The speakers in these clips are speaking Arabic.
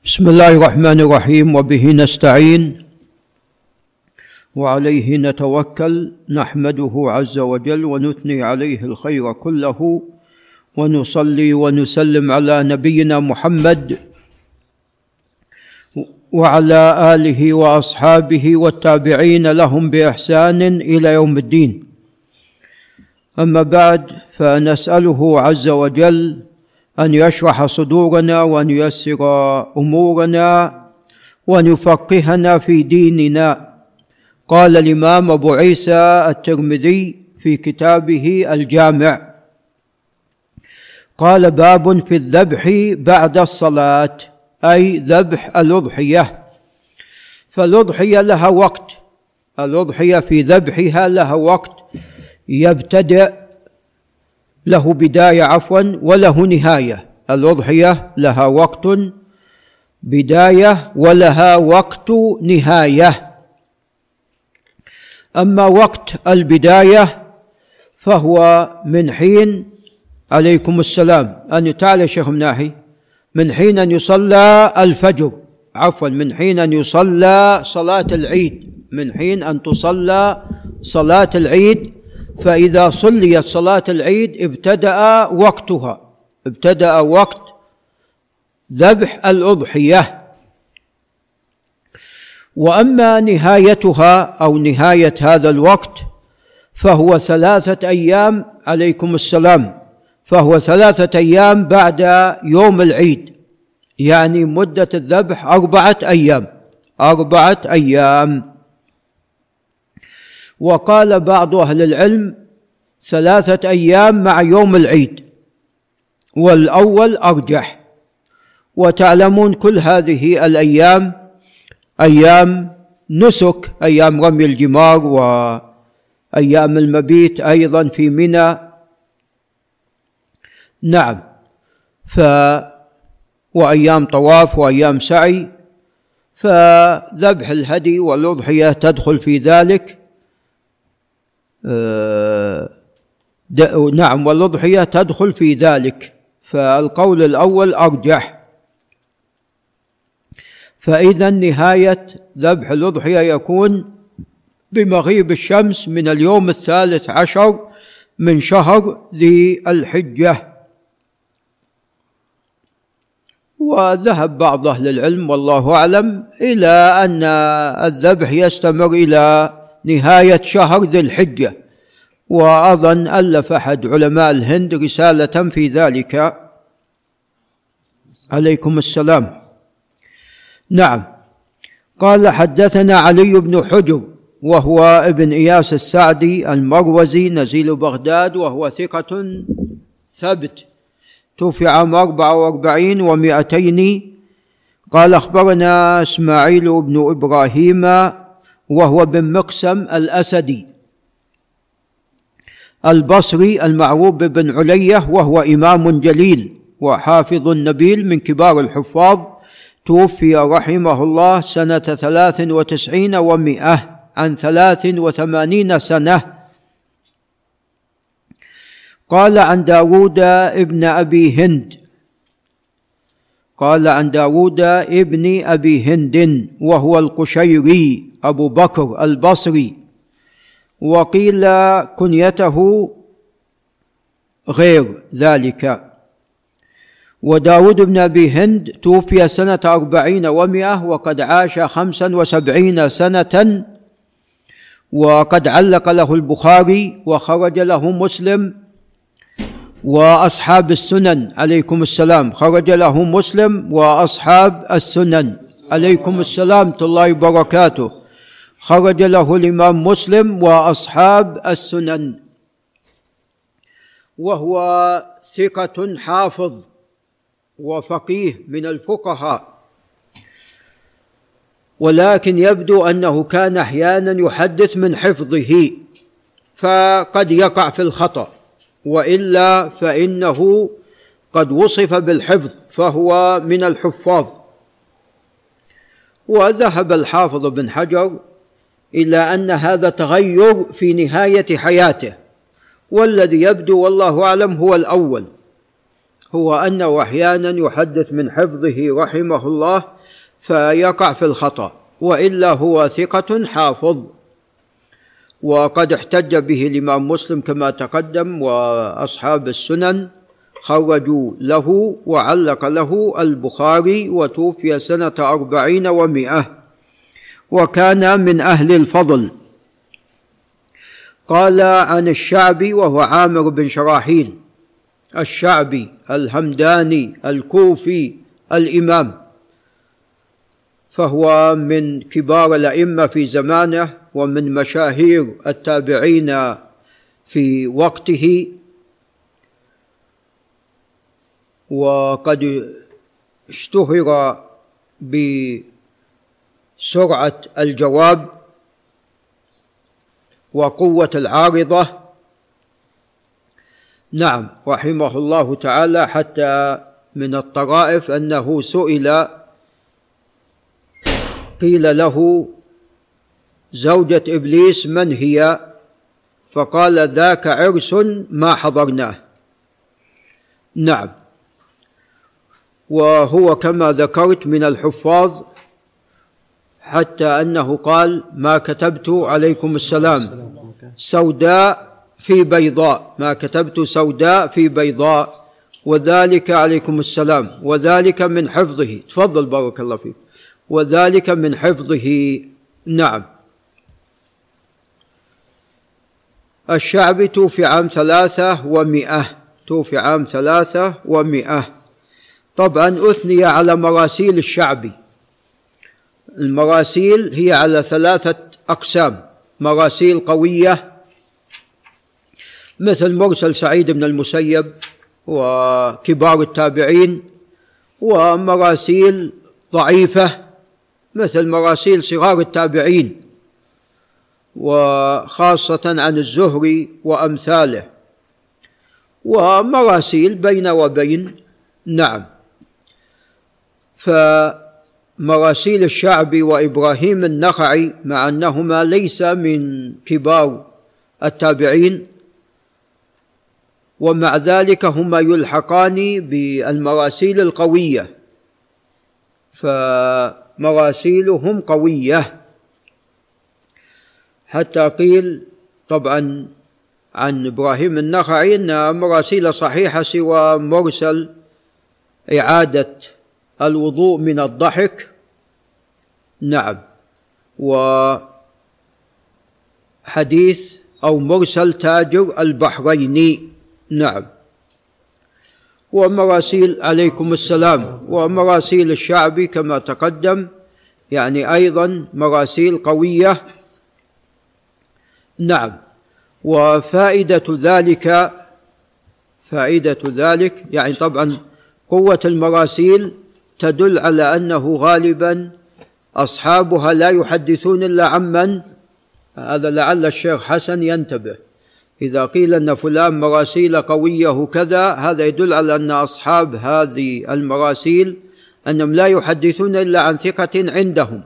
بسم الله الرحمن الرحيم، وبه نستعين وعليه نتوكل، نحمده عز وجل ونثني عليه الخير كله، ونصلي ونسلم على نبينا محمد وعلى آله وأصحابه والتابعين لهم بإحسان إلى يوم الدين. أما بعد، فنسأله عز وجل أن يشرح صدورنا وأن ييسر أمورنا وأن يفقهنا في ديننا. قال الإمام أبو عيسى الترمذي في كتابه الجامع، قال: باب في الذبح بعد الصلاة، أي ذبح الأضحية. فالأضحية لها وقت، الأضحية في ذبحها لها وقت يبتدئ، له بداية وله نهاية. الأضحية لها وقت بداية ولها وقت نهاية. أما وقت البداية فهو من حين، عليكم السلام، أن تعالى شيخ مناحي، من حين أن يصلى الفجر، من حين أن يصلى صلاة العيد، من حين أن تصلى صلاة العيد. فإذا صليت صلاة العيد ابتدأ وقتها، ابتدأ وقت ذبح الأضحية. وأما نهايتها أو نهاية هذا الوقت فهو 3 أيام، عليكم السلام، فهو 3 أيام بعد يوم العيد، يعني مدة الذبح 4 أيام، 4 أيام. وقال بعض أهل العلم 3 أيام مع يوم العيد، والأول أرجح. وتعلمون كل هذه الأيام أيام نسك، أيام رمي الجمار، وأيام المبيت أيضا في منى. نعم، وأيام طواف وأيام سعي، فذبح الهدي والأضحية تدخل في ذلك. نعم، والأضحية تدخل في ذلك، فالقول الأول أرجح. فإذا نهاية ذبح الأضحية يكون بمغيب الشمس من اليوم 13 من شهر ذي الحجة. وذهب بعض أهل العلم والله أعلم إلى أن الذبح يستمر إلى نهاية شهر ذي الحجة، وأظن ألف أحد علماء الهند رسالة في ذلك، عليكم السلام. نعم. قال: حدثنا علي بن حجر، وهو ابن إياس السعدي المروزي نزيل بغداد، وهو ثقة ثبت، توفي عام 44 و200. قال: أخبرنا إسماعيل بن إبراهيم، وهو بن مقسم الأسدي البصري المعروف بن علية، وهو إمام جليل وحافظ نبيل من كبار الحفاظ، توفي رحمه الله سنة 93 و100، عن 83 سنة. قال: عن داود ابن أبي هند، قال: عن داود ابن أبي هند، وهو القشيري أبو بكر البصري، وقيل كنيته غير ذلك. وداود بن أبي هند توفي سنة 40 و100، وقد عاش 75 سنة، وقد علق له البخاري، وخرج له مسلم وأصحاب السنن، عليكم السلام، خرج له مسلم وأصحاب السنن، عليكم السلام ورحمة الله وبركاته، خرج له الإمام مسلم وأصحاب السنن. وهو ثقة حافظ وفقيه من الفقهاء، ولكن يبدو أنه كان أحيانا يحدث من حفظه، فقد يقع في الخطأ، وإلا فإنه قد وصف بالحفظ، فهو من الحفاظ. وذهب الحافظ بن حجر إلى أن هذا تغير في نهاية حياته، والذي يبدو والله أعلم هو الأول، هو أنه أحيانا يحدث من حفظه رحمه الله فيقع في الخطأ، وإلا هو ثقة حافظ، وقد احتج به الإمام مسلم كما تقدم، وأصحاب السنن خرجوا له، وعلق له البخاري، وتوفي سنة 40 و100، وكان من أهل الفضل. قال عن الشعبي وهو عامر بن شراحيل الشعبي الهمداني الكوفي الإمام، فهو من كبار الأئمة في زمانه ومن مشاهير التابعين في وقته، وقد اشتهر بسرعة الجواب وقوة العارضة. نعم، رحمه الله تعالى. حتى من الطرائف أنه سئل، قيل له زوجة إبليس من هي؟ فقال ذاك عرس ما حضرناه. نعم، وهو كما ذكرت من الحفاظ، حتى أنه قال ما كتبت عليكم السلام سوداء في بيضاء، ما كتبت سوداء في بيضاء، وذلك عليكم السلام، وذلك من حفظه. تفضل بارك الله فيك. وذلك من حفظه. نعم. الشعبي توفي عام 300، توفي عام 300. طبعا أثني على مراسيل الشعبي. المراسيل هي على 3 أقسام: مراسيل قوية مثل مرسل سعيد بن المسيب وكبار التابعين، ومراسيل ضعيفة مثل مراسيل صغار التابعين، وخاصة عن الزهري وأمثاله، ومراسيل بين وبين. نعم. فمراسيل الشعبي وإبراهيم النخعي مع أنهما ليس من كبار التابعين، ومع ذلك هما يلحقان بالمراسيل القوية، فمراسيلهم قوية. حتى قيل طبعا عن إبراهيم النخعي أن مراسيل صحيحة سوى مرسل إعادة الوضوء من الضحك. نعم. وحديث أو مرسل تاجر البحريني. نعم. ومراسيل عليكم السلام، ومراسيل الشعبي كما تقدم يعني أيضا مراسيل قوية. نعم. وفائدة ذلك يعني طبعا قوة المراسيل تدل على أنه غالبا أصحابها لا يحدثون إلا عمن، هذا لعل الشيخ حسن ينتبه، إذا قيل أن فلان مراسيل قوية كذا، هذا يدل على أن أصحاب هذه المراسيل أنهم لا يحدثون إلا عن ثقة عندهم،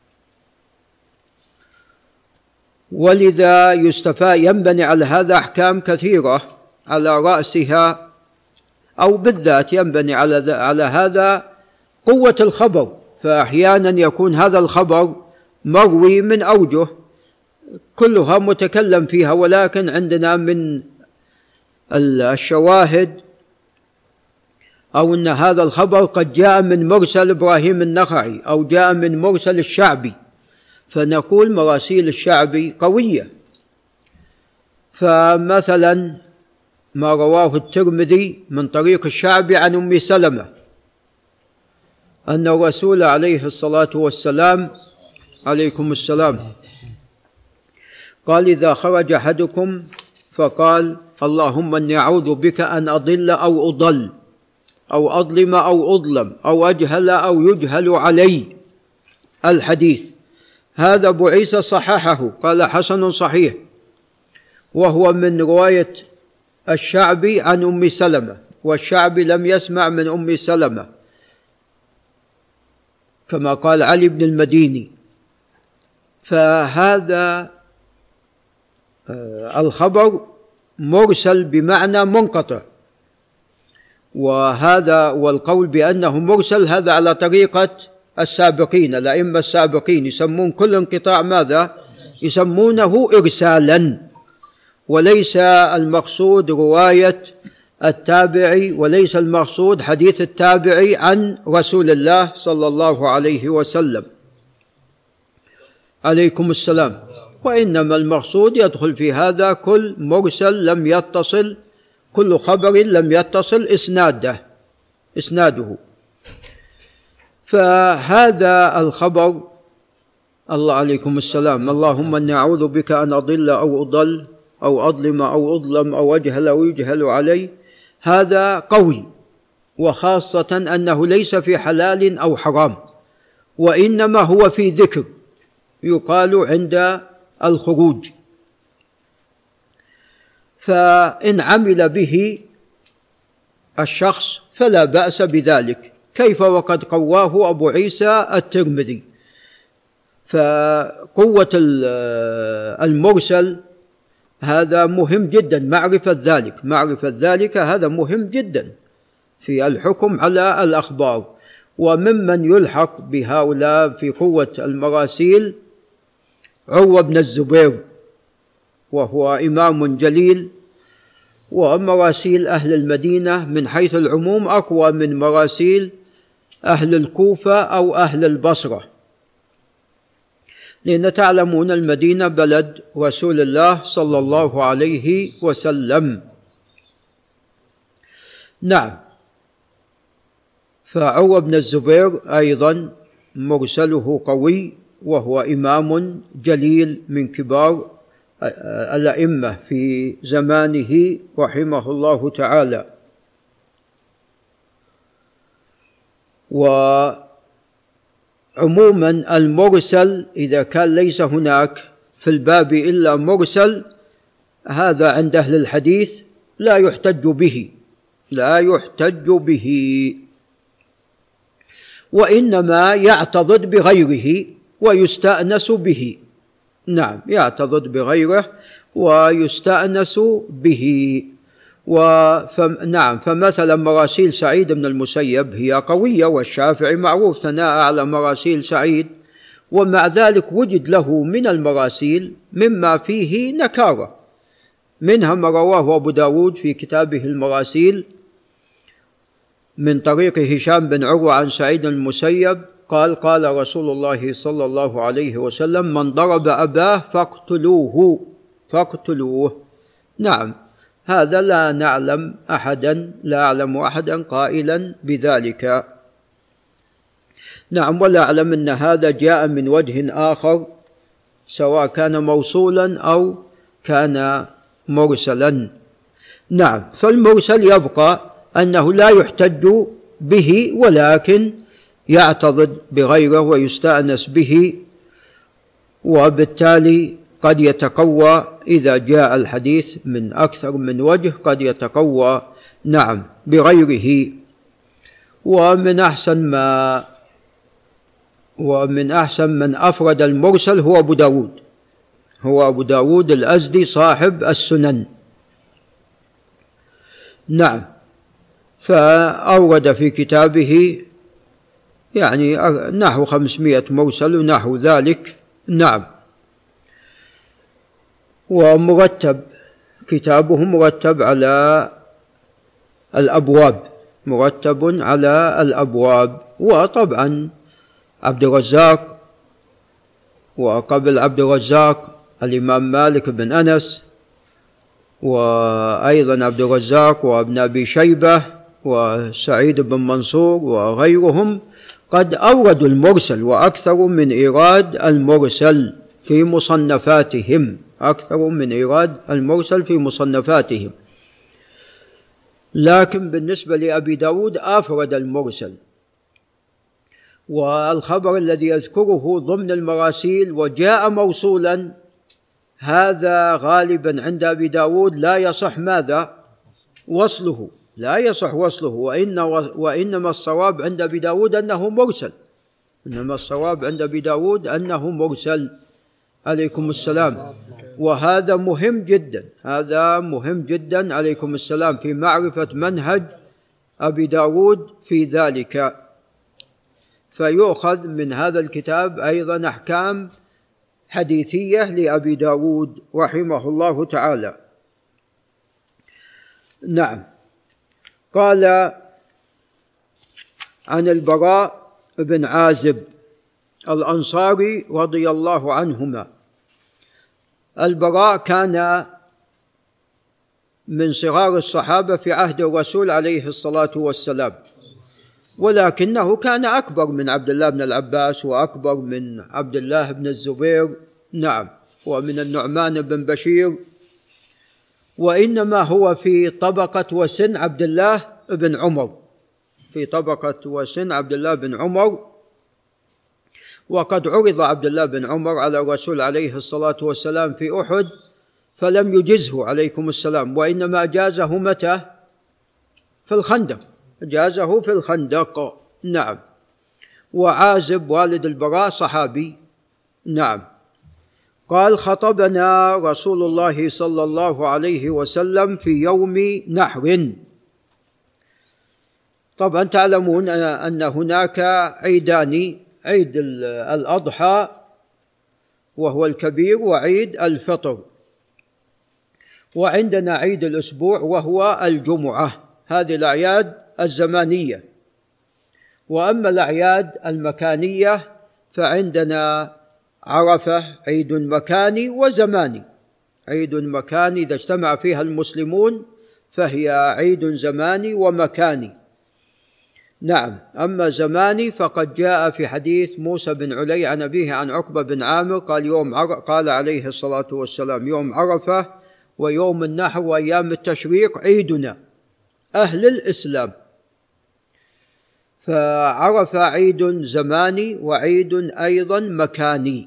ولذا ينبني على هذا أحكام كثيرة، على رأسها أو بالذات ينبني على هذا قوة الخبر. فأحيانا يكون هذا الخبر مروي من أوجه كلها متكلم فيها، ولكن عندنا من الشواهد أو أن هذا الخبر قد جاء من مرسل إبراهيم النخعي أو جاء من مرسل الشعبي، فنقول مراسيل الشعبي قوية. فمثلا ما رواه الترمذي من طريق الشعبي عن أم سلمة أن الرسول عليه الصلاة والسلام عليكم السلام قال إذا خرج أحدكم فقال اللهم إني أعوذ بك أن أضل أو أضل أو أظلم أو أظلم أو أجهل أو يجهل علي. الحديث هذا أبو عيسى صححه، قال حسن صحيح، وهو من رواية الشعبي عن أم سلمة، والشعبي لم يسمع من أم سلمة كما قال علي بن المديني. فهذا الخبر مرسل بمعنى منقطع، وهذا والقول بأنه مرسل هذا على طريقة السابقين، الأئمة السابقين يسمون كل انقطاع ماذا؟ يسمونه إرسالا، وليس المقصود رواية التابعي، وليس المقصود حديث التابعي عن رسول الله صلى الله عليه وسلم. عليكم السلام. وإنما المقصود يدخل في هذا كل مرسل لم يتصل، كل خبر لم يتصل إسناده. فهذا الخبر، الله عليكم السلام، اللهم إني أعوذ بك أن أضل أو أضل أو أظلم أو أظلم أو أجهل أو يجهل علي، هذا قوي، وخاصة أنه ليس في حلال أو حرام، وإنما هو في ذكر يقال عند الخروج، فإن عمل به الشخص فلا بأس بذلك. كيف وقد قواه أبو عيسى الترمذي. فقوة المرسل هذا مهم جدا، معرفة ذلك هذا مهم جدا في الحكم على الأخبار. وممن يلحق بهؤلاء في قوة المراسيل عروة بن الزبير، وهو إمام جليل، ومراسيل أهل المدينة من حيث العموم أقوى من مراسيل أهل الكوفة أو أهل البصرة، لأن تعلمون المدينة بلد رسول الله صلى الله عليه وسلم. نعم. فعروة بن الزبير أيضا مرسله قوي، وهو إمام جليل من كبار الأئمة في زمانه رحمه الله تعالى. وعموما المرسل إذا كان ليس هناك في الباب إلا مرسل، هذا عند أهل الحديث لا يحتج به، وإنما يعتضد بغيره ويستأنس به. نعم، يعتضد بغيره ويستأنس به. نعم، فمثلا مراسيل سعيد بن المسيب هي قوية، والشافعي معروف ثناء على مراسيل سعيد، ومع ذلك وجد له من المراسيل مما فيه نكارة، منها ما رواه أبو داود في كتابه المراسيل من طريق هشام بن عروة عن سعيد المسيب قال: قال رسول الله صلى الله عليه وسلم: من ضرب أباه فاقتلوه. نعم، هذا لا أعلم أحدا قائلا بذلك. نعم، ولا أعلم أن هذا جاء من وجه آخر، سواء كان موصولا أو كان مرسلا. نعم، فالمرسل يبقى أنه لا يحتج به، ولكن يعتضد بغيره ويستأنس به، وبالتالي قد يتقوى إذا جاء الحديث من أكثر من وجه، قد يتقوى نعم بغيره. ومن أحسن من أفرد المرسل هو أبو داود الأزدي صاحب السنن. نعم، فأورد في كتابه يعني نحو 500 مرسل ونحو ذلك. نعم، ومرتب كتابه مرتب على الأبواب، وطبعا عبد الرزاق، وقبل عبد الرزاق الإمام مالك بن أنس، وأيضا عبد الرزاق وابن أبي شيبة وسعيد بن منصور وغيرهم قد أوردوا المرسل، وأكثر من إيراد المرسل في مصنفاتهم، لكن بالنسبة لأبي داود أفرد المرسل. والخبر الذي يذكره ضمن المراسيل وجاء موصولا، هذا غالبا عند أبي داود لا يصح وصله، وإنما الصواب عند أبي داود أنه مرسل. عليكم السلام. وهذا مهم جدا، عليكم السلام، في معرفة منهج أبي داود في ذلك، فيؤخذ من هذا الكتاب أيضا أحكام حديثية لأبي داود رحمه الله تعالى. نعم. قال عن البراء بن عازب الأنصاري رضي الله عنهما. البراء كان من صغار الصحابة في عهد الرسول عليه الصلاة والسلام، ولكنه كان أكبر من عبد الله بن العباس وأكبر من عبد الله بن الزبير، نعم، ومن النعمان بن بشير، وإنما هو في طبقة وسن عبد الله بن عمر، في طبقة وسن عبد الله بن عمر. وقد عرض عبد الله بن عمر على الرسول عليه الصلاة والسلام في أحد فلم يجزه عليكم السلام، وإنما جازه متى؟ في الخندق، جازه في الخندق، نعم. وعازب والد البراء صحابي، نعم. قال خطبنا رسول الله صلى الله عليه وسلم في يوم نحر. طبعا تعلمون أن هناك عيدان، عيد الأضحى وهو الكبير، وعيد الفطر، وعندنا عيد الأسبوع وهو الجمعة. هذه الأعياد الزمانية. وأما الأعياد المكانية فعندنا عرفة عيد مكاني وزماني. عيد مكاني إذا اجتمع فيها المسلمون فهي عيد زماني ومكاني، نعم. أما زماني فقد جاء في حديث موسى بن علي عن أبيه عن عقبة بن عامر قال عليه الصلاة والسلام يوم عرفة ويوم النحر وأيام التشريق عيدنا أهل الإسلام. فعرفة عيد زماني وعيد أيضا مكاني.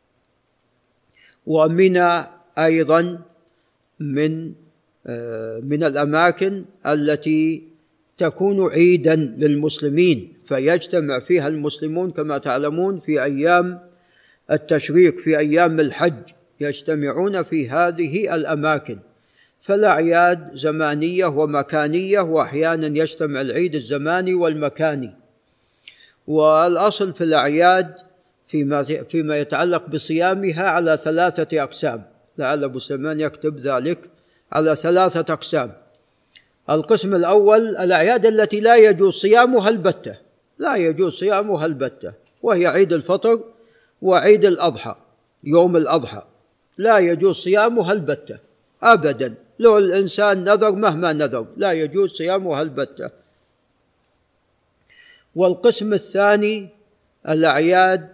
ومنى أيضا من الأماكن التي تكون عيدا للمسلمين، فيجتمع فيها المسلمون كما تعلمون في أيام التشريق، في أيام الحج يجتمعون في هذه الأماكن. فالأعياد زمانية ومكانية، وأحيانا يجتمع العيد الزماني والمكاني. والأصل في الأعياد فيما يتعلق بصيامها على 3 أقسام، لعل أبو سلمان يكتب ذلك، على 3 أقسام. القسم الأول الأعياد التي لا يجوز صيامها البتة، لا يجوز صيامها البتة، وهي عيد الفطر وعيد الأضحى، يوم الأضحى لا يجوز صيامها البتة أبدا، لو الإنسان نذر مهما نذر لا يجوز صيامها البتة. والقسم الثاني الأعياد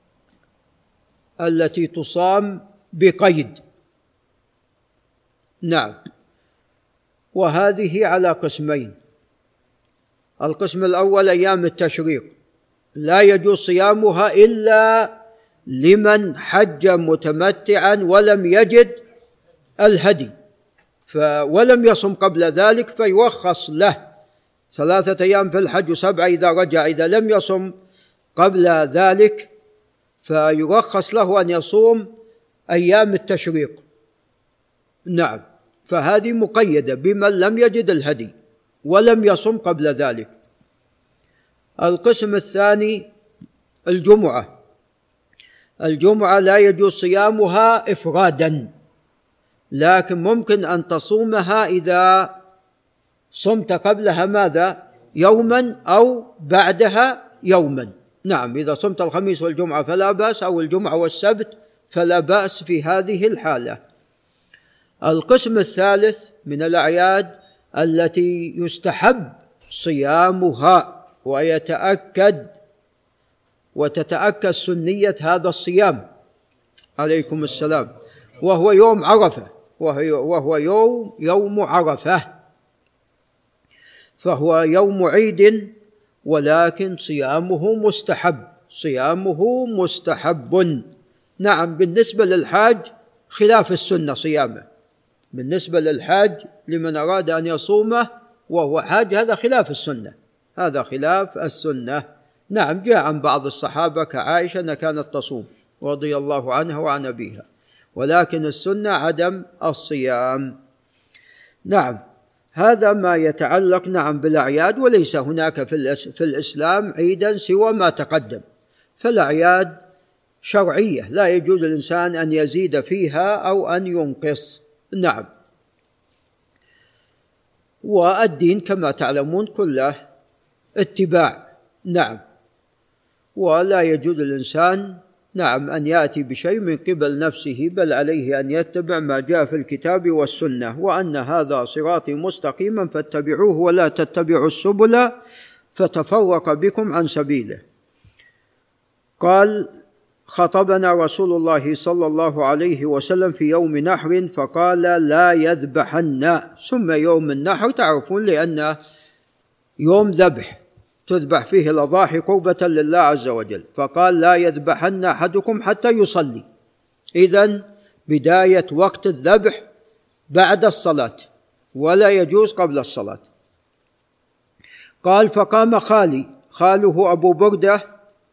التي تصام بقيد، نعم، وهذه على قسمين. القسم الأول أيام التشريق لا يجوز صيامها إلا لمن حج متمتعا ولم يجد الهدي ولم يصم قبل ذلك، فيرخص له 3 أيام في الحج و7 إذا رجع. إذا لم يصم قبل ذلك فيرخص له أن يصوم أيام التشريق، نعم. فهذه مقيدة بمن لم يجد الهدي ولم يصم قبل ذلك. القسم الثاني الجمعة. الجمعة لا يجوز صيامها إفرادا، لكن ممكن أن تصومها إذا صمت قبلها ماذا؟ يوما أو بعدها يوما، نعم. إذا صمت الخميس والجمعة فلا بأس، أو الجمعة والسبت فلا بأس في هذه الحالة. القسم الثالث من الأعياد التي يستحب صيامها وتتأكد سنية هذا الصيام عليكم السلام، وهو يوم عرفة، وهو يوم عرفة، فهو يوم عيد ولكن صيامه مستحب، نعم. بالنسبة للحاج خلاف السنة صيامه، بالنسبة للحاج لمن أراد أن يصومه وهو حاج هذا خلاف السنة، هذا خلاف السنة، نعم. جاء عن بعض الصحابة كعائشة أنها كانت تصوم رضي الله عنها وعن أبيها، ولكن السنة عدم الصيام، نعم. هذا ما يتعلق نعم بالأعياد، وليس هناك في الإسلام عيدا سوى ما تقدم، فالأعياد شرعية لا يجوز للإنسان أن يزيد فيها أو أن ينقص. نعم. والدين كما تعلمون كله اتباع. نعم. ولا يجوز للإنسان نعم أن يأتي بشيء من قبل نفسه، بل عليه أن يتبع ما جاء في الكتاب والسنة، وأن هذا صراطي مستقيما فاتبعوه ولا تتبعوا السبل فتفرق بكم عن سبيله. قال: خطبنا رسول الله صلى الله عليه وسلم في يوم نحر فقال: لا يذبحن. ثم يوم النحر تعرفون لأنه يوم ذبح تذبح فيه الأضاحي قربة لله عز وجل، فقال: لا يذبحن أحدكم حتى يصلي. إذن بداية وقت الذبح بعد الصلاة، ولا يجوز قبل الصلاة. قال: فقام خاله أبو بردة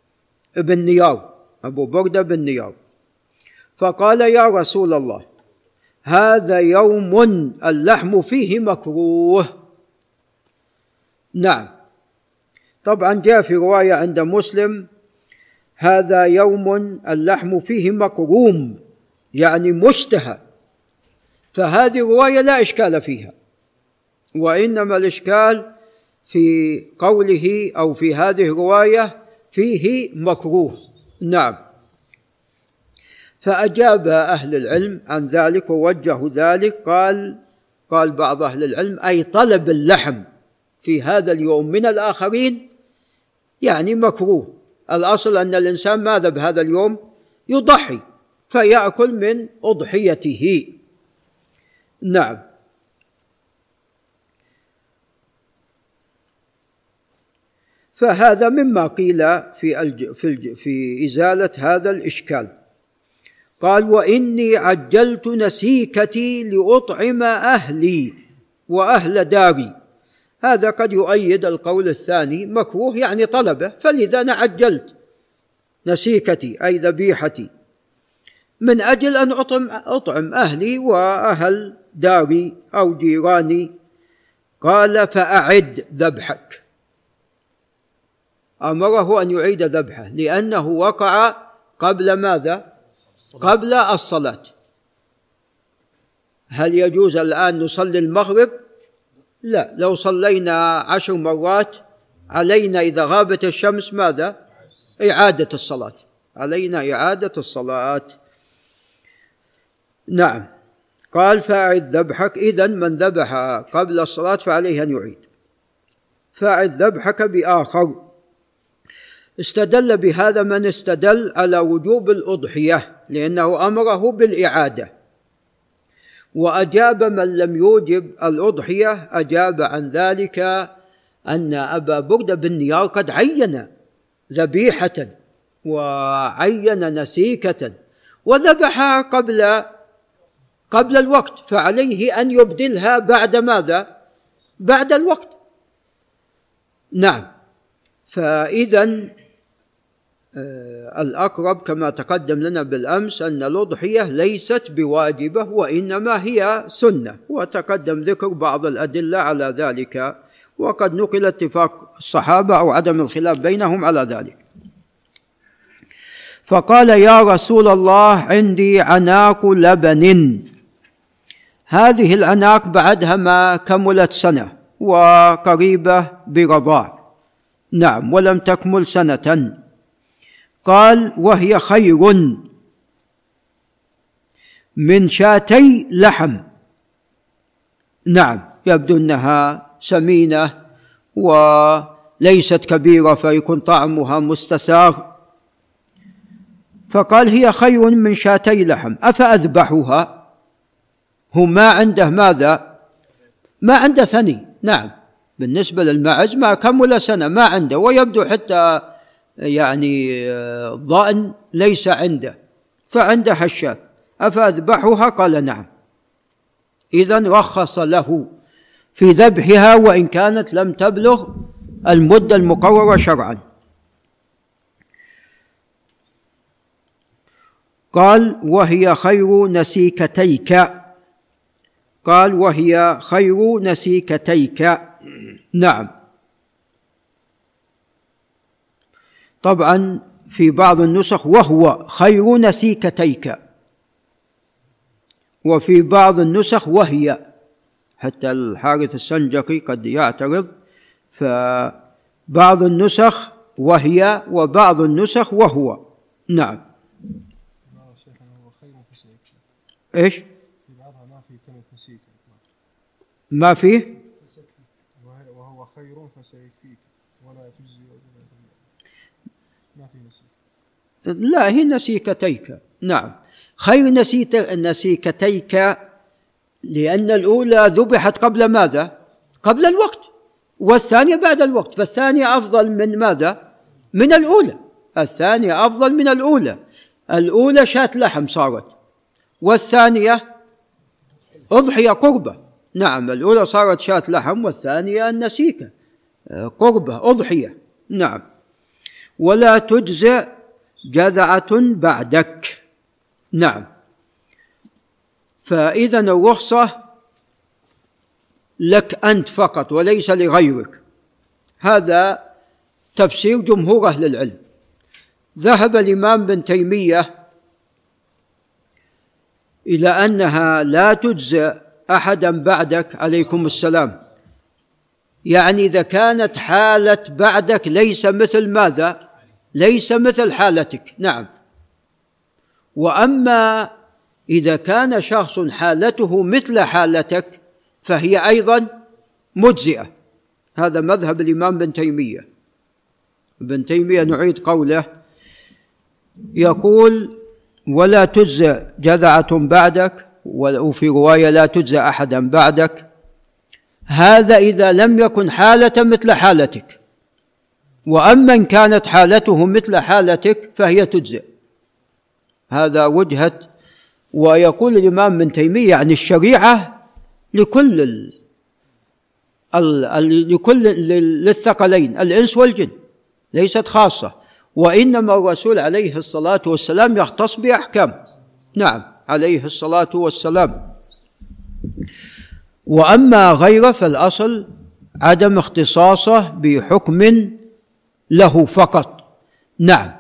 بن نيار فقال: يا رسول الله، هذا يوم اللحم فيه مكروه. نعم. طبعا جاء في رواية عند مسلم: هذا يوم اللحم فيه مكروم، يعني مشتهى، فهذه رواية لا إشكال فيها، وإنما الإشكال في قوله أو في هذه الرواية فيه مكروه. نعم. فأجاب أهل العلم عن ذلك ووجهوا ذلك. قال بعض أهل العلم: أي طلب اللحم في هذا اليوم من الآخرين يعني مكروه. الأصل أن الإنسان ماذا بهذا اليوم؟ يضحي فيأكل من أضحيته. نعم. فهذا مما قيل في إزالة هذا الإشكال. قال: وإني عجلت نسيكتي لأطعم أهلي وأهل داري. هذا قد يؤيد القول الثاني، مكروه يعني طلبه، فلذا أنا عجلت نسيكتي أي ذبيحتي من أجل أن أطعم أهلي وأهل داري أو جيراني. قال: فأعد ذبحك. أمره أن يعيد ذبحه لأنه وقع قبل ماذا؟ قبل الصلاة. هل يجوز الآن نصلي المغرب؟ لا، لو صلينا 10 مرات علينا إذا غابت الشمس ماذا؟ إعادة الصلاة، علينا إعادة الصلاة. نعم. قال: فأعد ذبحك. إذن من ذبح قبل الصلاة فعليه أن يعيد. فأعد ذبحك بآخر. استدل بهذا من استدل على وجوب الأضحية لأنه أمره بالإعادة، وأجاب من لم يوجب الأضحية أجاب عن ذلك أن أبا بردة بن نيار قد عين ذبيحة وعين نسيكة وذبحها قبل الوقت، فعليه أن يبدلها بعد ماذا؟ بعد الوقت. نعم. فإذن الأقرب كما تقدم لنا بالأمس أن الأضحية ليست بواجبة وإنما هي سنة، وتقدم ذكر بعض الأدلة على ذلك، وقد نقل اتفاق الصحابة أو عدم الخلاف بينهم على ذلك. فقال: يا رسول الله، عندي عناق لبن. هذه العناق بعدها ما كملت سنة وقريبة برضاع. نعم. ولم تكمل سنة. قال: وهي خير من شاتي لحم. نعم. يبدو أنها سمينة وليست كبيرة فيكون طعمها مستساغ. فقال: هي خير من شاتي لحم، أفأذبحها؟ هو ما عنده ماذا؟ ما عنده ثني. نعم. بالنسبة للمعز ما كمل سنة ما عنده، ويبدو حتى يعني الضأن ليس عنده، فعنده الشاة. أفأذبحها؟ قال: نعم. إذن رخص له في ذبحها وإن كانت لم تبلغ المدة المقررة شرعا. قال: وهي خير نسيكتيك. قال وهي خير نسيكتيك. نعم. طبعا في بعض النسخ وهو خير نسيكتيك، وفي بعض النسخ وهي، حتى الحارث السنجقي قد يعترض، فبعض النسخ وهي وبعض النسخ وهو. نعم. ايش؟ في بعضها ما في كلمة نسيك، ما فيه وهو خير فسيكفيك ولا تجزي، ما في نسيك. لا، هي نسيكتيك. نعم، خير نسيكتيك، لأن الأولى ذبحت قبل ماذا؟ قبل الوقت، والثانية بعد الوقت، فالثانية أفضل من ماذا؟ من الأولى. الثانية أفضل من الأولى. الأولى شاة لحم صارت، والثانية أضحية قربة. نعم، الأولى صارت شاة لحم والثانية النسيكة قربة أضحية. نعم. ولا تجزئ جذعة بعدك. نعم. فإذا الرخصة لك أنت فقط وليس لغيرك. هذا تفسير جمهور أهل العلم. ذهب الإمام ابن تيمية إلى أنها لا تجزئ أحدا بعدك، عليكم السلام، يعني إذا كانت حالة بعدك ليس مثل ماذا؟ ليس مثل حالتك. نعم. وأما إذا كان شخص حالته مثل حالتك فهي أيضا مجزئة. هذا مذهب الإمام ابن تيمية. ابن تيمية نعيد قوله، يقول ولا تجزئ جذعة بعدك، وفي رواية لا تجزئ أحدا بعدك. هذا إذا لم يكن حالة مثل حالتك، وأما إن كانت حالته مثل حالتك فهي تجزئ. هذا وجهة. ويقول الإمام ابن تيمية يعني الشريعة للثقلين الإنس والجن، ليست خاصة، وإنما الرسول عليه الصلاة والسلام يختص بأحكام. نعم، عليه الصلاة والسلام. وأما غيره فالأصل عدم اختصاصه بحكم له فقط. نعم.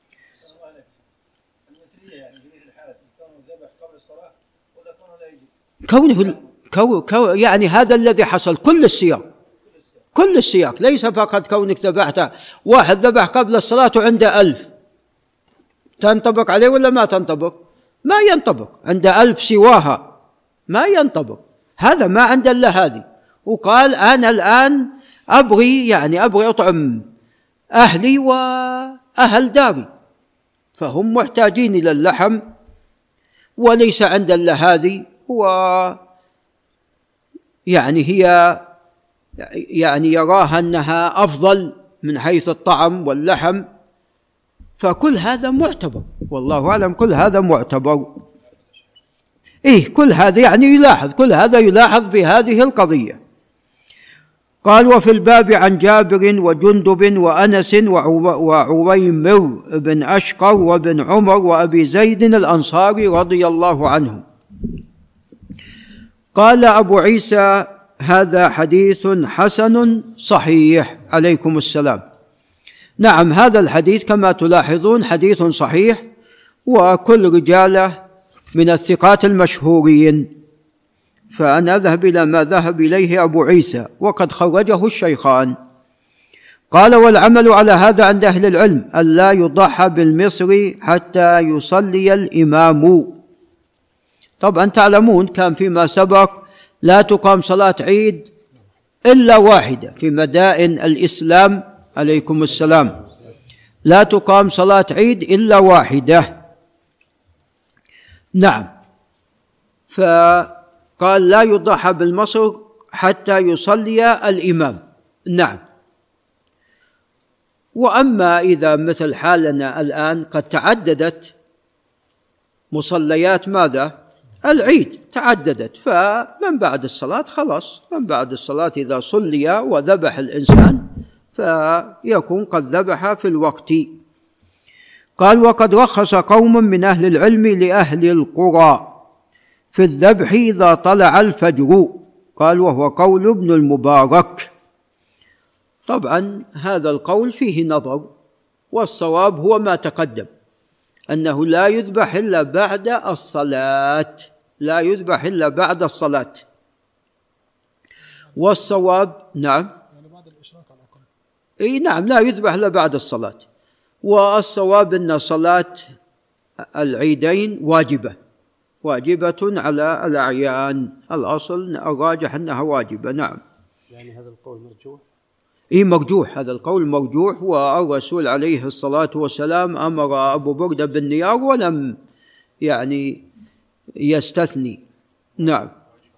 يعني هذا الذي حصل كل السياق ليس فقط كونك ذبحت. واحد ذبح قبل الصلاة وعنده 1000، تنطبق عليه ولا ما تنطبق؟ ما ينطبق. عنده 1000 سواها ما ينطبق. هذا ما عنده إلا هذه، وقال أنا الآن أبغي أطعم أهلي وأهل داري، فهم محتاجين إلى اللحم وليس عنده إلا هذه، هي يراها أنها أفضل من حيث الطعم واللحم. فكل هذا معتبر، والله أعلم، كل هذا معتبر. كل هذا يلاحظ، كل هذا يلاحظ بهذه القضية. قال وفي الباب عن جابر وجندب وأنس وعويمر بن أشقر وابن عمر وأبي زيد الأنصاري رضي الله عنهم. قال أبو عيسى هذا حديث حسن صحيح، عليكم السلام. نعم، هذا الحديث كما تلاحظون حديث صحيح، وكل رجاله من الثقات المشهورين، فأنا أذهب إلى ما ذهب إليه أبو عيسى وقد خرجه الشيخان. قال والعمل على هذا عند أهل العلم ألا يضحى بالمصر حتى يصلي الإمام. طبعا تعلمون كان فيما سبق لا تقام صلاة عيد إلا واحدة في مدائن الإسلام، عليكم السلام، لا تقام صلاة عيد إلا واحدة. نعم. فقال لا يضحى بالمصر حتى يصلي الإمام. نعم. وأما إذا مثل حالنا الآن قد تعددت مصليات ماذا؟ العيد تعددت، فمن بعد الصلاة خلاص، من بعد الصلاة إذا صلي وذبح الإنسان فيكون قد ذبح في الوقت. قال وقد رخص قوم من أهل العلم لأهل القرى في الذبح إذا طلع الفجر. قال وهو قول ابن المبارك. طبعا هذا القول فيه نظر، والصواب هو ما تقدم، أنه لا يذبح إلا بعد الصلاة، لا يذبح إلا بعد الصلاة. والصواب نعم، أي نعم، لا يذبح إلا بعد الصلاة. والصواب أن صلاة العيدين واجبة على الأعيان، الأصل الراجح أنها واجبة. نعم. يعني هذا القول مرجوح؟ إيه مرجوح، هذا القول مرجوح. والرسول عليه الصلاة والسلام أمر أبو بردة بالنيار ولم يعني يستثني. نعم.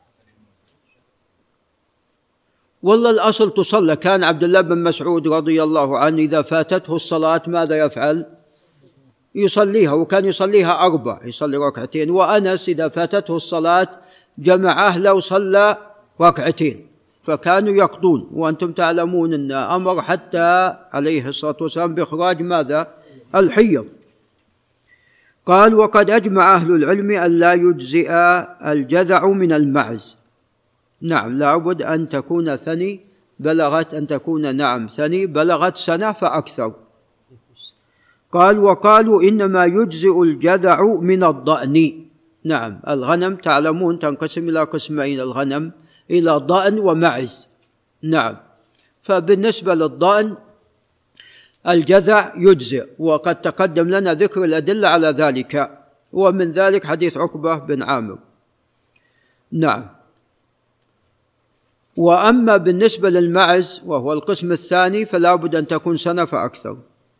والله الأصل تصلى. كان عبد الله بن مسعود رضي الله عنه إذا فاتته الصلاة ماذا يفعل؟ يصليها، وكان يصليها 4، يصلي ركعتين. وأنس إذا فاتته الصلاة جمع أهله وصلى ركعتين، فكانوا يقضون. وأنتم تعلمون أن أمر حتى عليه الصلاة والسلام بإخراج ماذا؟ الحيض. قال وقد أجمع أهل العلم أن لا يجزئ الجذع من المعز. نعم، لابد أن تكون ثني بلغت أن تكون نعم ثني بلغت سنة فأكثر. قال وقالوا إنما يجزئ الجذع من الضأن. نعم، الغنم تعلمون تنقسم إلى قسمين، الغنم إلى ضأن ومعز. نعم، فبالنسبة للضأن الجذع يجزئ، وقد تقدم لنا ذكر الأدلة على ذلك، ومن ذلك حديث عقبة بن عامر. نعم. وأما بالنسبة للمعز وهو القسم الثاني فلا بد أن تكون سنة فأكثر.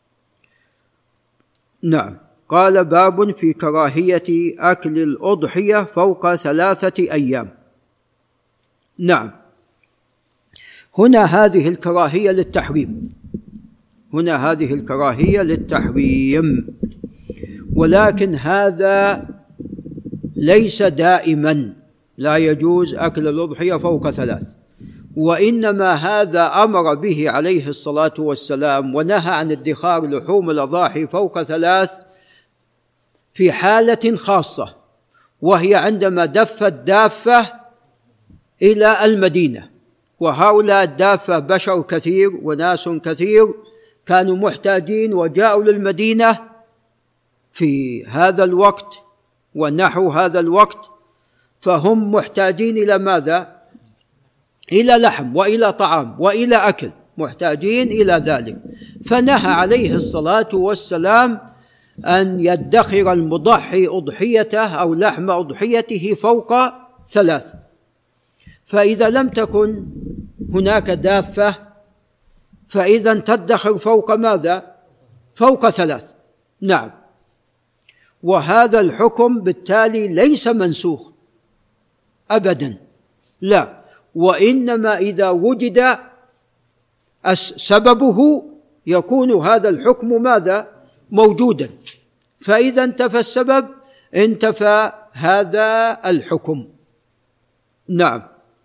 نعم. قال باب في كراهية أكل الأضحية فوق 3 أيام. نعم، هنا هذه الكراهية للتحريم، هنا هذه الكراهية للتحريم، ولكن هذا ليس دائما، لا يجوز أكل الأضحية فوق 3، وإنما هذا أمر به عليه الصلاة والسلام ونهى عن ادخار لحوم الأضاحي فوق 3 في حالة خاصة، وهي عندما دفت دافة إلى المدينة، وهؤلاء الدافة بشر كثير وناس كثير كانوا محتاجين وجاءوا للمدينة في هذا الوقت ونحو هذا الوقت، فهم محتاجين إلى ماذا؟ إلى لحم وإلى طعام وإلى أكل، محتاجين إلى ذلك. فنهى عليه الصلاة والسلام أن يدخر المضحي أضحيته أو لحم أضحيته فوق 3. فإذا لم تكن هناك دافة فإذا تدخر فوق ماذا؟ فوق 3. نعم. وهذا الحكم بالتالي ليس منسوخ أبدا، لا، وإنما إذا وجد سببه يكون هذا الحكم ماذا؟ موجودا، فإذا انتفى السبب انتفى هذا الحكم. نعم.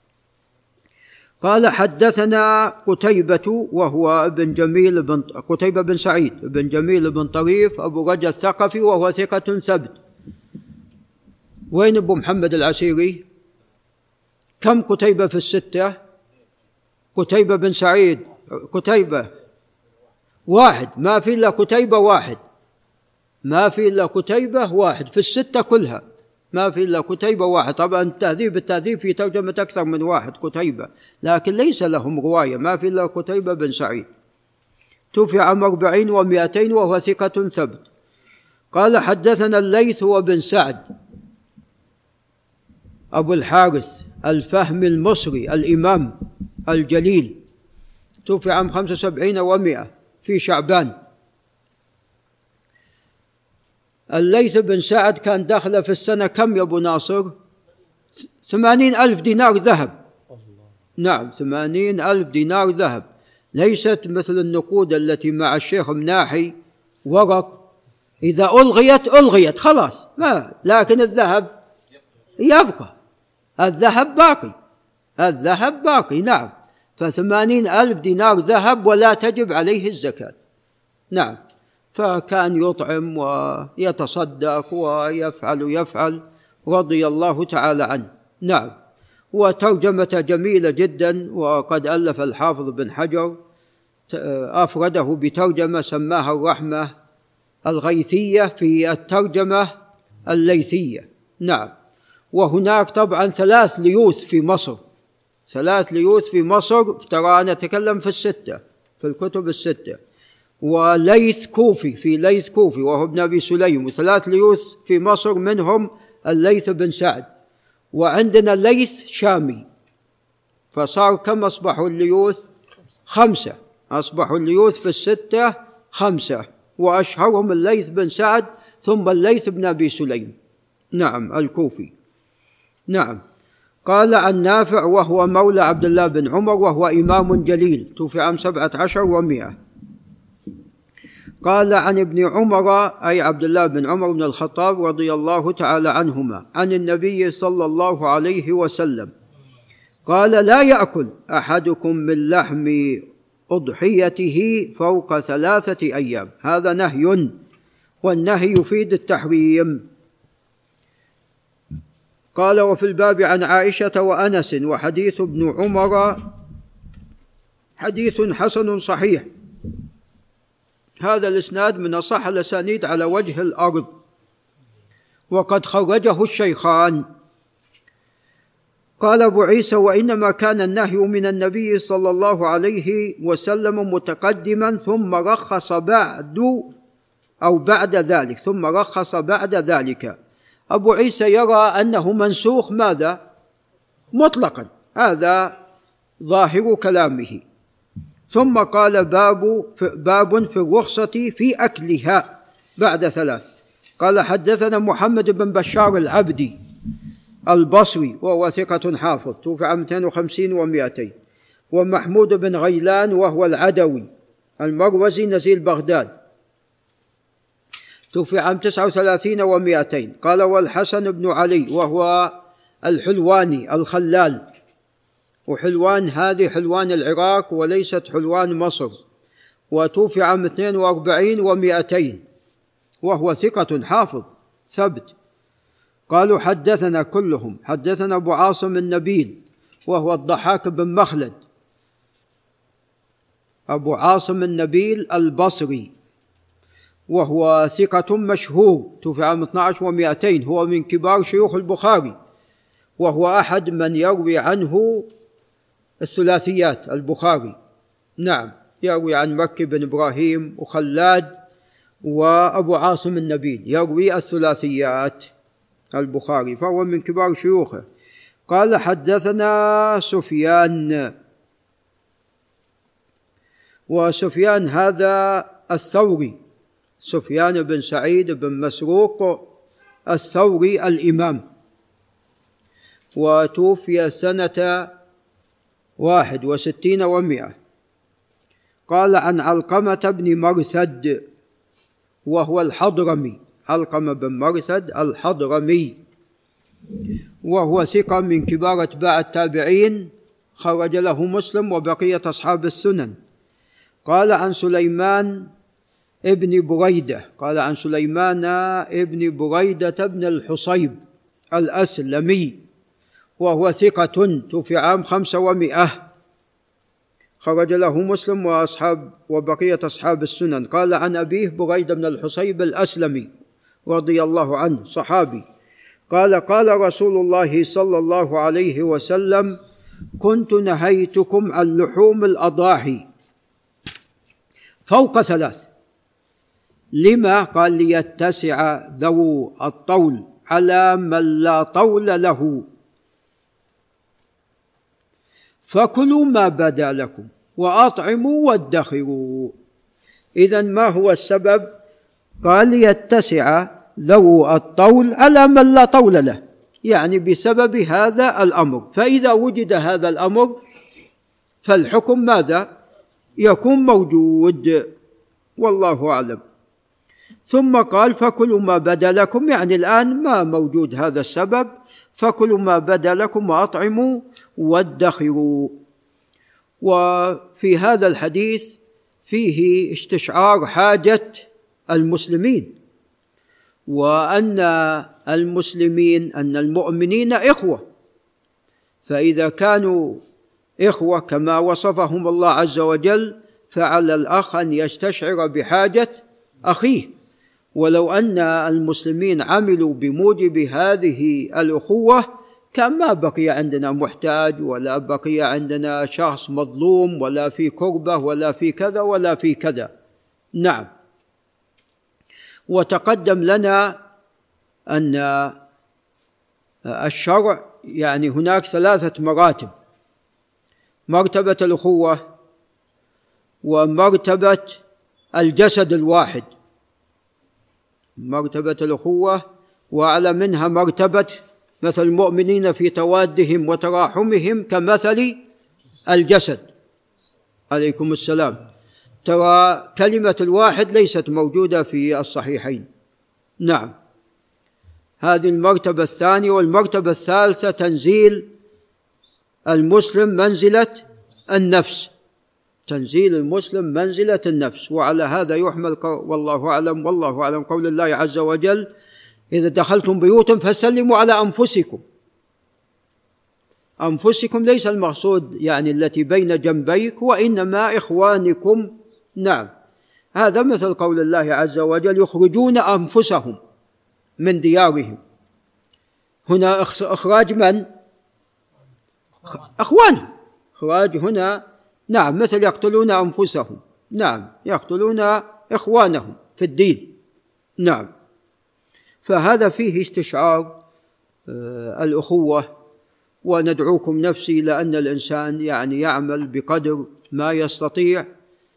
قال حدثنا قتيبة وهو ابن جميل بن قتيبة بن سعيد بن جميل بن طريف أبو رجا الثقفي وهو ثقة ثبت. وين أبو محمد العسيري؟ كم قتيبة في 6؟ قتيبة بن سعيد، قتيبة واحد، ما في إلا قتيبة واحد، ما في إلا قتيبة واحد في 6 كلها، ما في إلا قتيبة واحد. طبعا التهذيب في ترجمة أكثر من واحد قتيبة، لكن ليس لهم رواية، ما في إلا قتيبة بن سعيد. توفي عام 40 و200 وهو ثقة ثبت. قال حدثنا الليث وبن سعد أبو الحارث الفهمي المصري الإمام الجليل، توفي عام 75 و100 في شعبان. الليث بن سعد كان دخل في السنة كم يا أبو ناصر؟ 80,000 دينار ذهب. نعم، 80,000 دينار ذهب، ليست مثل النقود التي مع الشيخ مناحي ورق، إذا ألغيت خلاص، ما، لكن الذهب يبقى، الذهب باقي. نعم، ف80,000 دينار ذهب ولا تجب عليه الزكاة. نعم، فكان يطعم ويتصدق ويفعل، رضي الله تعالى عنه. نعم. وترجمة جميلة جدا، وقد ألف الحافظ بن حجر أفرده بترجمة سماها الرحمة الغيثية في الترجمة الليثية. نعم. وهناك طبعا 3 ليوث في مصر، 3 ليوث في مصر، ترى أنا أتكلم في 6 في الكتب 6، وليث كوفي، في ليث كوفي وهو ابن أبي سليم، و3 ليوث في مصر منهم الليث بن سعد، وعندنا ليث شامي. فصار كم أصبحوا الليوث؟ 5. أصبحوا الليوث في 6 5، وأشهرهم الليث بن سعد ثم الليث بن أبي سليم. نعم الكوفي. نعم. قال عن نافع وهو مولى عبد الله بن عمر وهو إمام جليل، توفي عام 17 و100. قال عن ابن عمر أي عبد الله بن عمر بن الخطاب رضي الله تعالى عنهما عن النبي صلى الله عليه وسلم قال: لا يأكل أحدكم من لحم أضحيته فوق 3 أيام. هذا نهي، والنهي يفيد التحريم. قال: وفي الباب عن عائشة وأنس وحديث ابن عمر حديث حسن صحيح. هذا الإسناد من أصح الأسانيد على وجه الأرض، وقد خرجه الشيخان. قال أبو عيسى: وإنما كان النهي من النبي صلى الله عليه وسلم متقدما ثم رخص بعد ذلك، ثم رخص بعد ذلك. أبو عيسى يرى أنه منسوخ ماذا؟ مطلقا، هذا ظاهر كلامه. ثم قال: باب في الرخصة في أكلها بعد 3. قال: حدثنا محمد بن بشار العبدي البصري وهو ثقة حافظ، توفي عام 250 و200. ومحمود بن غيلان وهو العدوي المروزي نزيل بغداد، توفي عام 39 و200. قال: والحسن بن علي وهو الحلواني الخلال، وحلوان هذه حلوان العراق وليست حلوان مصر، وتوفي عام 42 و200، وهو ثقة حافظ ثبت. قالوا: حدثنا كلهم، حدثنا أبو عاصم النبيل وهو الضحاك بن مخلد، أبو عاصم النبيل البصري، وهو ثقة مشهور، توفي عام 12 و200. هو من كبار شيوخ البخاري، وهو أحد من يروي عنه الثلاثيات البخاري. نعم، يروي عن مكي بن إبراهيم وخلاد وأبو عاصم النبيل، يروي الثلاثيات البخاري، فهو من كبار شيوخه. قال: حدثنا سفيان، وسفيان هذا الثوري، سفيان بن سعيد بن مسروق الثوري الإمام، وتوفي سنة 61 و100. قال: عن علقمة بن مرثد وهو الحضرمي، علقمة بن مرثد الحضرمي، وهو ثقة من كبار أتباع التابعين، خرج له مسلم وبقية أصحاب السنن. قال: عن سليمان ابن بريدة، قال: عن سليمان ابن بريدة بن الحصيب الأسلمي، وهو ثقة، توفي عام 500، خرج له مسلم وبقية أصحاب السنن. قال: عن أبيه بريدة بن الحصيب الأسلمي رضي الله عنه، صحابي. قال: قال رسول الله صلى الله عليه وسلم: كنت نهيتكم عن لحوم الأضاحي فوق 3. لما؟ قال: ليتسع ذو الطول على من لا طول له، فكلوا ما بدا لكم وأطعموا وادخروا. إذن ما هو السبب؟ قال: ليتسع ذو الطول على من لا طول له، يعني بسبب هذا الأمر. فإذا وجد هذا الأمر فالحكم ماذا؟ يكون موجود، والله أعلم. ثم قال: فكلوا ما بدا لكم، يعني الآن ما موجود هذا السبب، فكلوا ما بدا لكم وأطعموا وادخروا. وفي هذا الحديث فيه استشعار حاجة المسلمين، وأن المسلمين أن المؤمنين إخوة، فإذا كانوا إخوة كما وصفهم الله عز وجل فعلى الأخ أن يستشعر بحاجة أخيه. ولو أن المسلمين عملوا بموجب هذه الأخوة كان ما بقي عندنا محتاج، ولا بقي عندنا شخص مظلوم، ولا في كربة، ولا في كذا، ولا في كذا. نعم. وتقدم لنا أن الشرع يعني هناك 3 مراتب: مرتبة الأخوة، ومرتبة الجسد الواحد، مرتبة الأخوة، وأعلى منها مرتبة مثل المؤمنين في توادهم وتراحمهم كمثل الجسد. عليكم السلام. ترى كلمة الواحد ليست موجودة في الصحيحين. نعم، هذه المرتبة الثانية. والمرتبة الثالثة تنزيل المسلم منزلة النفس، تنزيل المسلم منزلة النفس. وعلى هذا يحمل والله أعلم قول الله عز وجل: إذا دخلتم بيوتا فسلموا على أنفسكم. أنفسكم ليس المقصود يعني التي بين جنبيك، وإنما إخوانكم. نعم، هذا مثل قول الله عز وجل: يخرجون أنفسهم من ديارهم. هنا إخراج من؟ أخوانهم. إخراج هنا نعم مثل يقتلون أنفسهم. نعم، يقتلون إخوانهم في الدين. نعم، فهذا فيه استشعار الأخوة. وندعوكم نفسي لأن الإنسان يعني يعمل بقدر ما يستطيع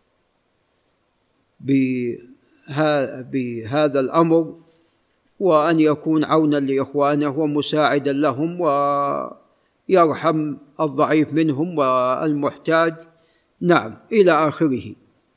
بهذا الأمر، وأن يكون عونا لإخوانه ومساعدا لهم، ويرحم الضعيف منهم والمحتاج. نعم، إلى آخره.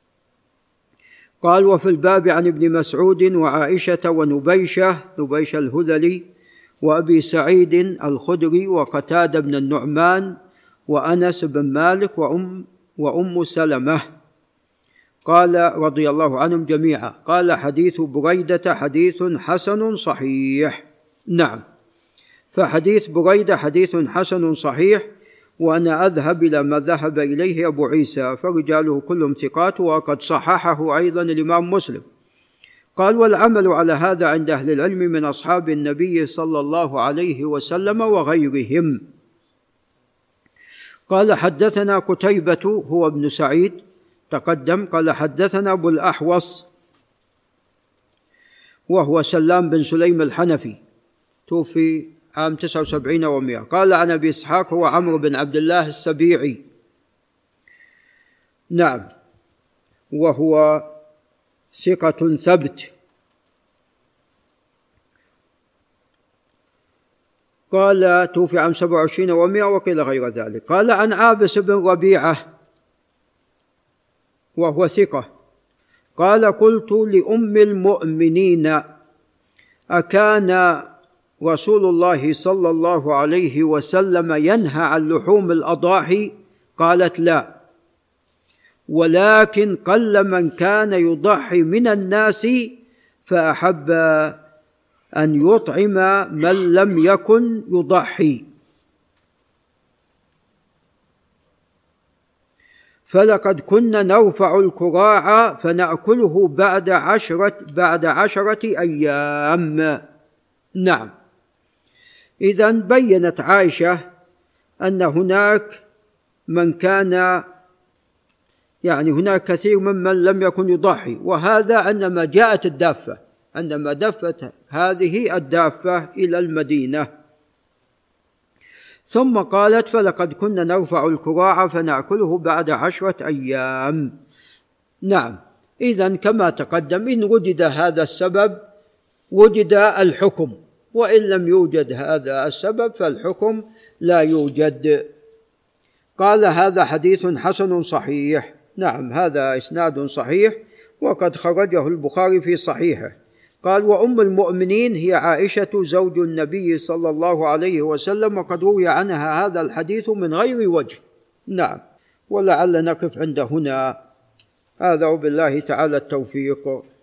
قال: وفي الباب عن ابن مسعود وعائشة ونبيشة الهذلي وأبي سعيد الخدري وقتادة بن النعمان وأنس بن مالك وأم سلمة قال رضي الله عنهم جميعا. قال: حديث بريدة حديث حسن صحيح. نعم، فحديث بريدة حديث حسن صحيح، وأنا أذهب إلى ما ذهب إليه أبو عيسى، فرجاله كلهم ثقات، وقد صححه أيضا الإمام مسلم. قال: والعمل على هذا عند أهل العلم من أصحاب النبي صلى الله عليه وسلم وغيرهم. قال: حدثنا قتيبة هو ابن سعيد تقدم. قال: حدثنا أبو الأحوص وهو سلام بن سليم الحنفي، توفي عام 79 و100. قال: عن أبي إسحاق هو عمرو بن عبد الله السبيعي. نعم، وهو ثقة ثبت. قال: توفي عام 27 و100، وقيل غير ذلك. قال: عن عابس بن ربيعة وهو ثقة. قال: قلت لأم المؤمنين: أكان رسول الله صلى الله عليه وسلم ينهى عن لحوم الأضاحي؟ قالت: لا، ولكن قل من كان يضحي من الناس فأحب أن يطعم من لم يكن يضحي. فلقد كنا نرفع الكراع فنأكله بعد 10 أيام. نعم، إذن بيّنت عائشة أن هناك من كان هناك كثير ممن لم يكن يضحي، وهذا عندما جاءت الدافة، عندما دفت هذه الدافة إلى المدينة. ثم قالت: فلقد كنا نرفع الكراع فنأكله بعد 10 أيام. نعم، إذن كما تقدم إن وجد هذا السبب وجد الحكم، وإن لم يوجد هذا السبب فالحكم لا يوجد. قال: هذا حديث حسن صحيح. نعم، هذا إسناد صحيح، وقد خرجه البخاري في صحيحه. قال: وأم المؤمنين هي عائشة زوج النبي صلى الله عليه وسلم، وقد روي عنها هذا الحديث من غير وجه. نعم، ولعل نقف عند هنا. هذا وبالله تعالى التوفيق.